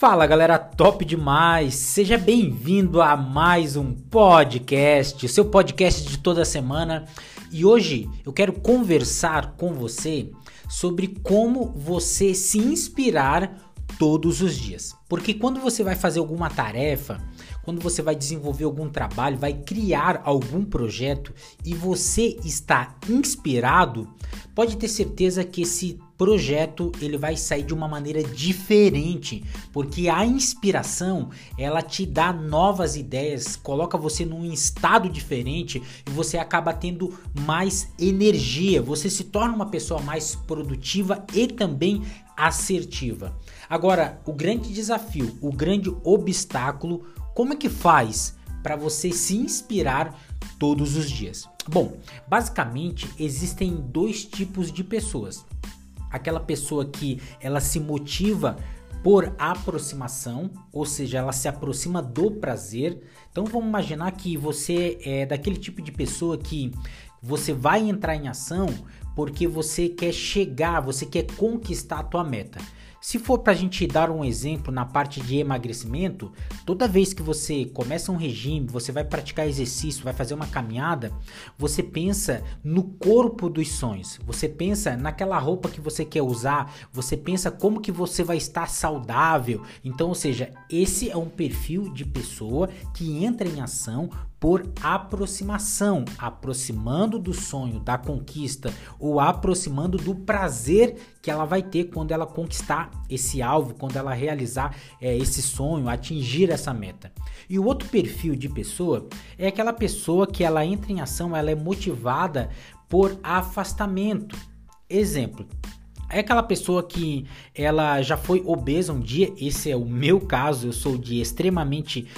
Fala galera, top demais! Seja bem-vindo a mais um podcast, o seu podcast de toda semana. E hoje eu quero conversar com você sobre como você se inspirar todos os dias. Porque quando você vai fazer alguma tarefa, quando você vai desenvolver algum trabalho, vai criar algum projeto e você está inspirado, pode ter certeza que esse projeto ele vai sair de uma maneira diferente, porque a inspiração ela te dá novas ideias, coloca você num estado diferente e você acaba tendo mais energia, você se torna uma pessoa mais produtiva e também assertiva. Agora, o grande desafio, o grande obstáculo, como é que faz para você se inspirar todos os dias? Bom, basicamente existem dois tipos de pessoas. Aquela pessoa que ela se motiva por aproximação, ou seja, ela se aproxima do prazer. Então vamos imaginar que você é daquele tipo de pessoa que você vai entrar em ação porque você quer chegar, você quer conquistar a tua meta. Se for para a gente dar um exemplo na parte de emagrecimento, toda vez que você começa um regime, você vai praticar exercício, vai fazer uma caminhada, você pensa no corpo dos sonhos, você pensa naquela roupa que você quer usar, você pensa como que você vai estar saudável. Então, ou seja, esse é um perfil de pessoa que entra em ação por aproximação, aproximando do sonho, da conquista ou aproximando do prazer que ela vai ter quando ela conquistar esse alvo, quando ela realizar esse sonho, atingir essa meta. E o outro perfil de pessoa é aquela pessoa que ela entra em ação, ela é motivada por afastamento. Exemplo, é aquela pessoa que ela já foi obesa um dia, esse é o meu caso, eu sou extremamente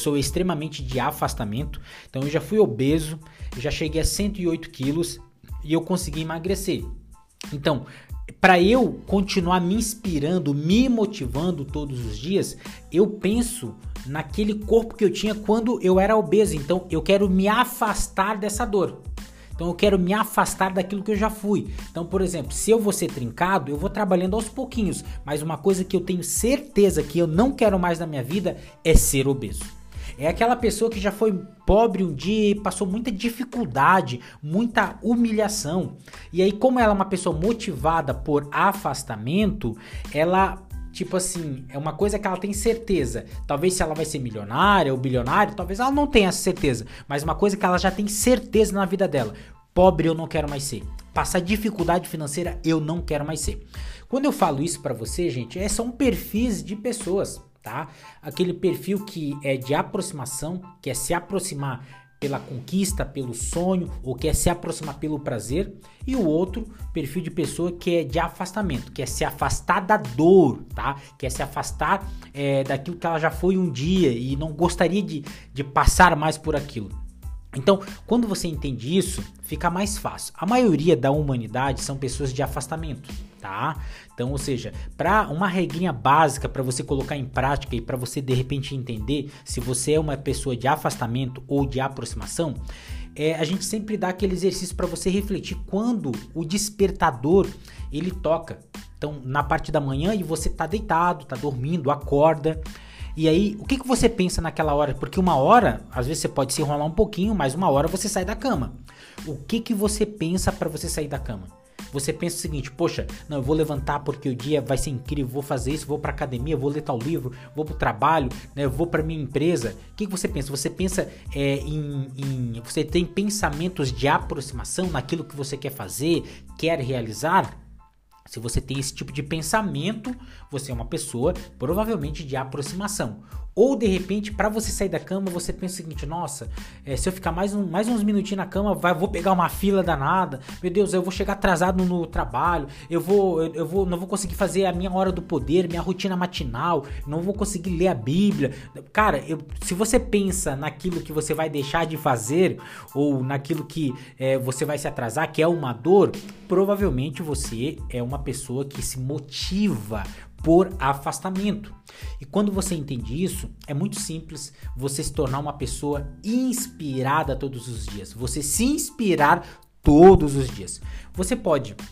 de afastamento, então eu já fui obeso, já cheguei a 108 quilos e eu consegui emagrecer. Então, para eu continuar me inspirando, me motivando todos os dias, eu penso naquele corpo que eu tinha quando eu era obeso, então eu quero me afastar dessa dor. Então eu quero me afastar daquilo que eu já fui. Então, por exemplo, se eu vou ser trincado, eu vou trabalhando aos pouquinhos. Mas uma coisa que eu tenho certeza que eu não quero mais na minha vida é ser obeso. É aquela pessoa que já foi pobre um dia e passou muita dificuldade, muita humilhação. E aí, como ela é uma pessoa motivada por afastamento, ela... Tipo assim, é uma coisa que ela tem certeza. Talvez se ela vai ser milionária ou bilionária, talvez ela não tenha essa certeza. Mas uma coisa que ela já tem certeza na vida dela. Pobre eu não quero mais ser. Passar dificuldade financeira eu não quero mais ser. Quando eu falo isso pra você, gente, são perfis de pessoas, tá? Aquele perfil que é de aproximação, que é se aproximar pela conquista, pelo sonho, ou quer se aproximar pelo prazer, e o outro perfil de pessoa que é de afastamento, que é se afastar da dor, tá? Quer se afastar daquilo que ela já foi um dia e não gostaria de passar mais por aquilo. Então, quando você entende isso, fica mais fácil. A maioria da humanidade são pessoas de afastamento, tá? Então, ou seja, para uma regrinha básica para você colocar em prática e para você de repente entender se você é uma pessoa de afastamento ou de aproximação, a gente sempre dá aquele exercício para você refletir quando o despertador ele toca. Então, na parte da manhã e você tá deitado, tá dormindo, acorda. E aí, o que você pensa naquela hora? Porque uma hora, às vezes você pode se enrolar um pouquinho, mas uma hora você sai da cama. O que você pensa para você sair da cama? Você pensa o seguinte, poxa, não, eu vou levantar porque o dia vai ser incrível, vou fazer isso, vou pra academia, vou ler tal livro, vou pro trabalho, né, vou pra minha empresa. O que você pensa? Você pensa você tem pensamentos de aproximação naquilo que você quer fazer, quer realizar? Se você tem esse tipo de pensamento, você é uma pessoa provavelmente de aproximação. Ou de repente, para você sair da cama, você pensa o seguinte, nossa, se eu ficar mais uns minutinhos na cama, vou pegar uma fila danada, meu Deus, eu vou chegar atrasado no trabalho, não vou conseguir fazer a minha hora do poder, minha rotina matinal, não vou conseguir ler a Bíblia. Cara, se você pensa naquilo que você vai deixar de fazer, ou naquilo que você vai se atrasar, que é uma dor, provavelmente você é uma pessoa que se motiva por afastamento. E quando você entende isso, é muito simples você se tornar uma pessoa inspirada todos os dias. Você se inspirar todos os dias. Você pode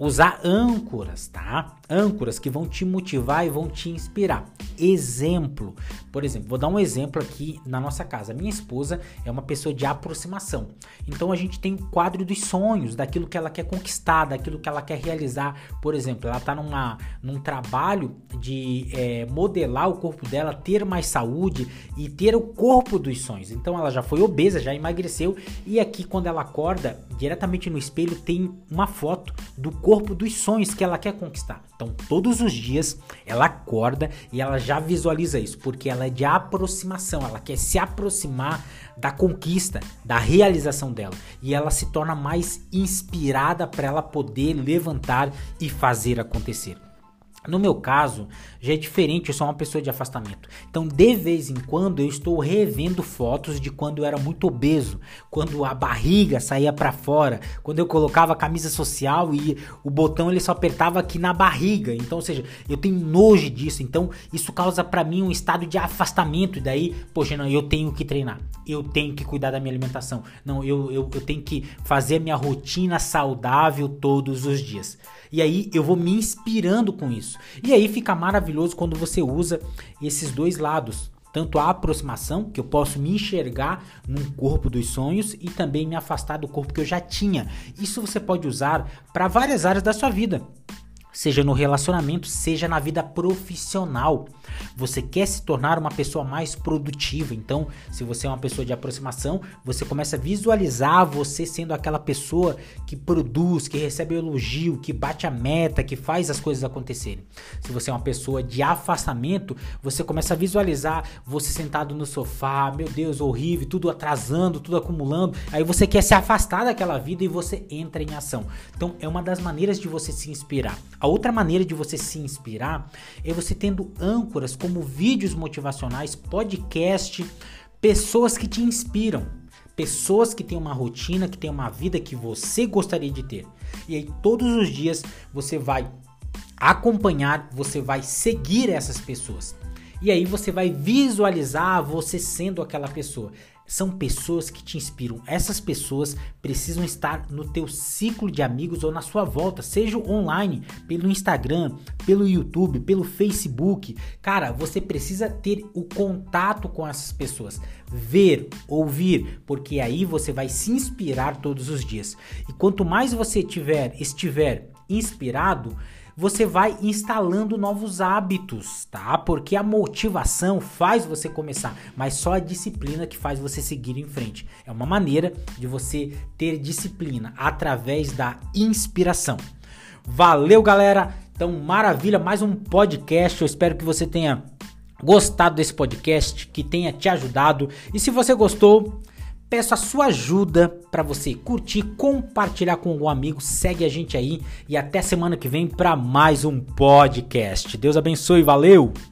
usar âncoras, tá? Âncoras que vão te motivar e vão te inspirar. Exemplo, por exemplo, vou dar um exemplo aqui na nossa casa. Minha esposa é uma pessoa de aproximação. Então a gente tem o quadro dos sonhos, daquilo que ela quer conquistar, daquilo que ela quer realizar. Por exemplo, ela está num trabalho de modelar o corpo dela, ter mais saúde e ter o corpo dos sonhos. Então ela já foi obesa, já emagreceu e aqui quando ela acorda, diretamente no espelho tem uma foto do corpo dos sonhos que ela quer conquistar. Então todos os dias ela acorda e ela já visualiza isso, porque ela é de aproximação, ela quer se aproximar da conquista, da realização dela, e ela se torna mais inspirada para ela poder levantar e fazer acontecer. No meu caso, já é diferente, eu sou uma pessoa de afastamento. Então, de vez em quando, eu estou revendo fotos de quando eu era muito obeso, quando a barriga saía para fora, quando eu colocava a camisa social e o botão ele só apertava aqui na barriga. Então, ou seja, eu tenho nojo disso. Então, isso causa para mim um estado de afastamento. E daí, poxa, não, eu tenho que treinar, eu tenho que cuidar da minha alimentação. Não, eu tenho que fazer a minha rotina saudável todos os dias. E aí, eu vou me inspirando com isso. E aí fica maravilhoso quando você usa esses dois lados, tanto a aproximação, que eu posso me enxergar num corpo dos sonhos e também me afastar do corpo que eu já tinha. Isso você pode usar para várias áreas da sua vida, seja no relacionamento, seja na vida profissional. Você quer se tornar uma pessoa mais produtiva, então se você é uma pessoa de aproximação, você começa a visualizar você sendo aquela pessoa que produz, que recebe elogio, que bate a meta, que faz as coisas acontecerem. Se você é uma pessoa de afastamento, você começa a visualizar você sentado no sofá, meu Deus, horrível, tudo atrasando, tudo acumulando, aí você quer se afastar daquela vida e você entra em ação. Então é uma das maneiras de você se inspirar. A outra maneira de você se inspirar é você tendo âncoras como vídeos motivacionais, podcast, pessoas que te inspiram, pessoas que têm uma rotina, que têm uma vida que você gostaria de ter. E aí todos os dias você vai acompanhar, você vai seguir essas pessoas. E aí você vai visualizar você sendo aquela pessoa. São pessoas que te inspiram. Essas pessoas precisam estar no teu ciclo de amigos ou na sua volta, seja online, pelo Instagram, pelo YouTube, pelo Facebook. Cara, você precisa ter o contato com essas pessoas, ver, ouvir, porque aí você vai se inspirar todos os dias. E quanto mais você estiver inspirado, você vai instalando novos hábitos, tá? Porque a motivação faz você começar, mas só a disciplina que faz você seguir em frente. É uma maneira de você ter disciplina através da inspiração. Valeu, galera! Então, maravilha, mais um podcast. Eu espero que você tenha gostado desse podcast, que tenha te ajudado. E se você gostou, peço a sua ajuda para você curtir, compartilhar com algum amigo, segue a gente aí e até semana que vem para mais um podcast. Deus abençoe, valeu!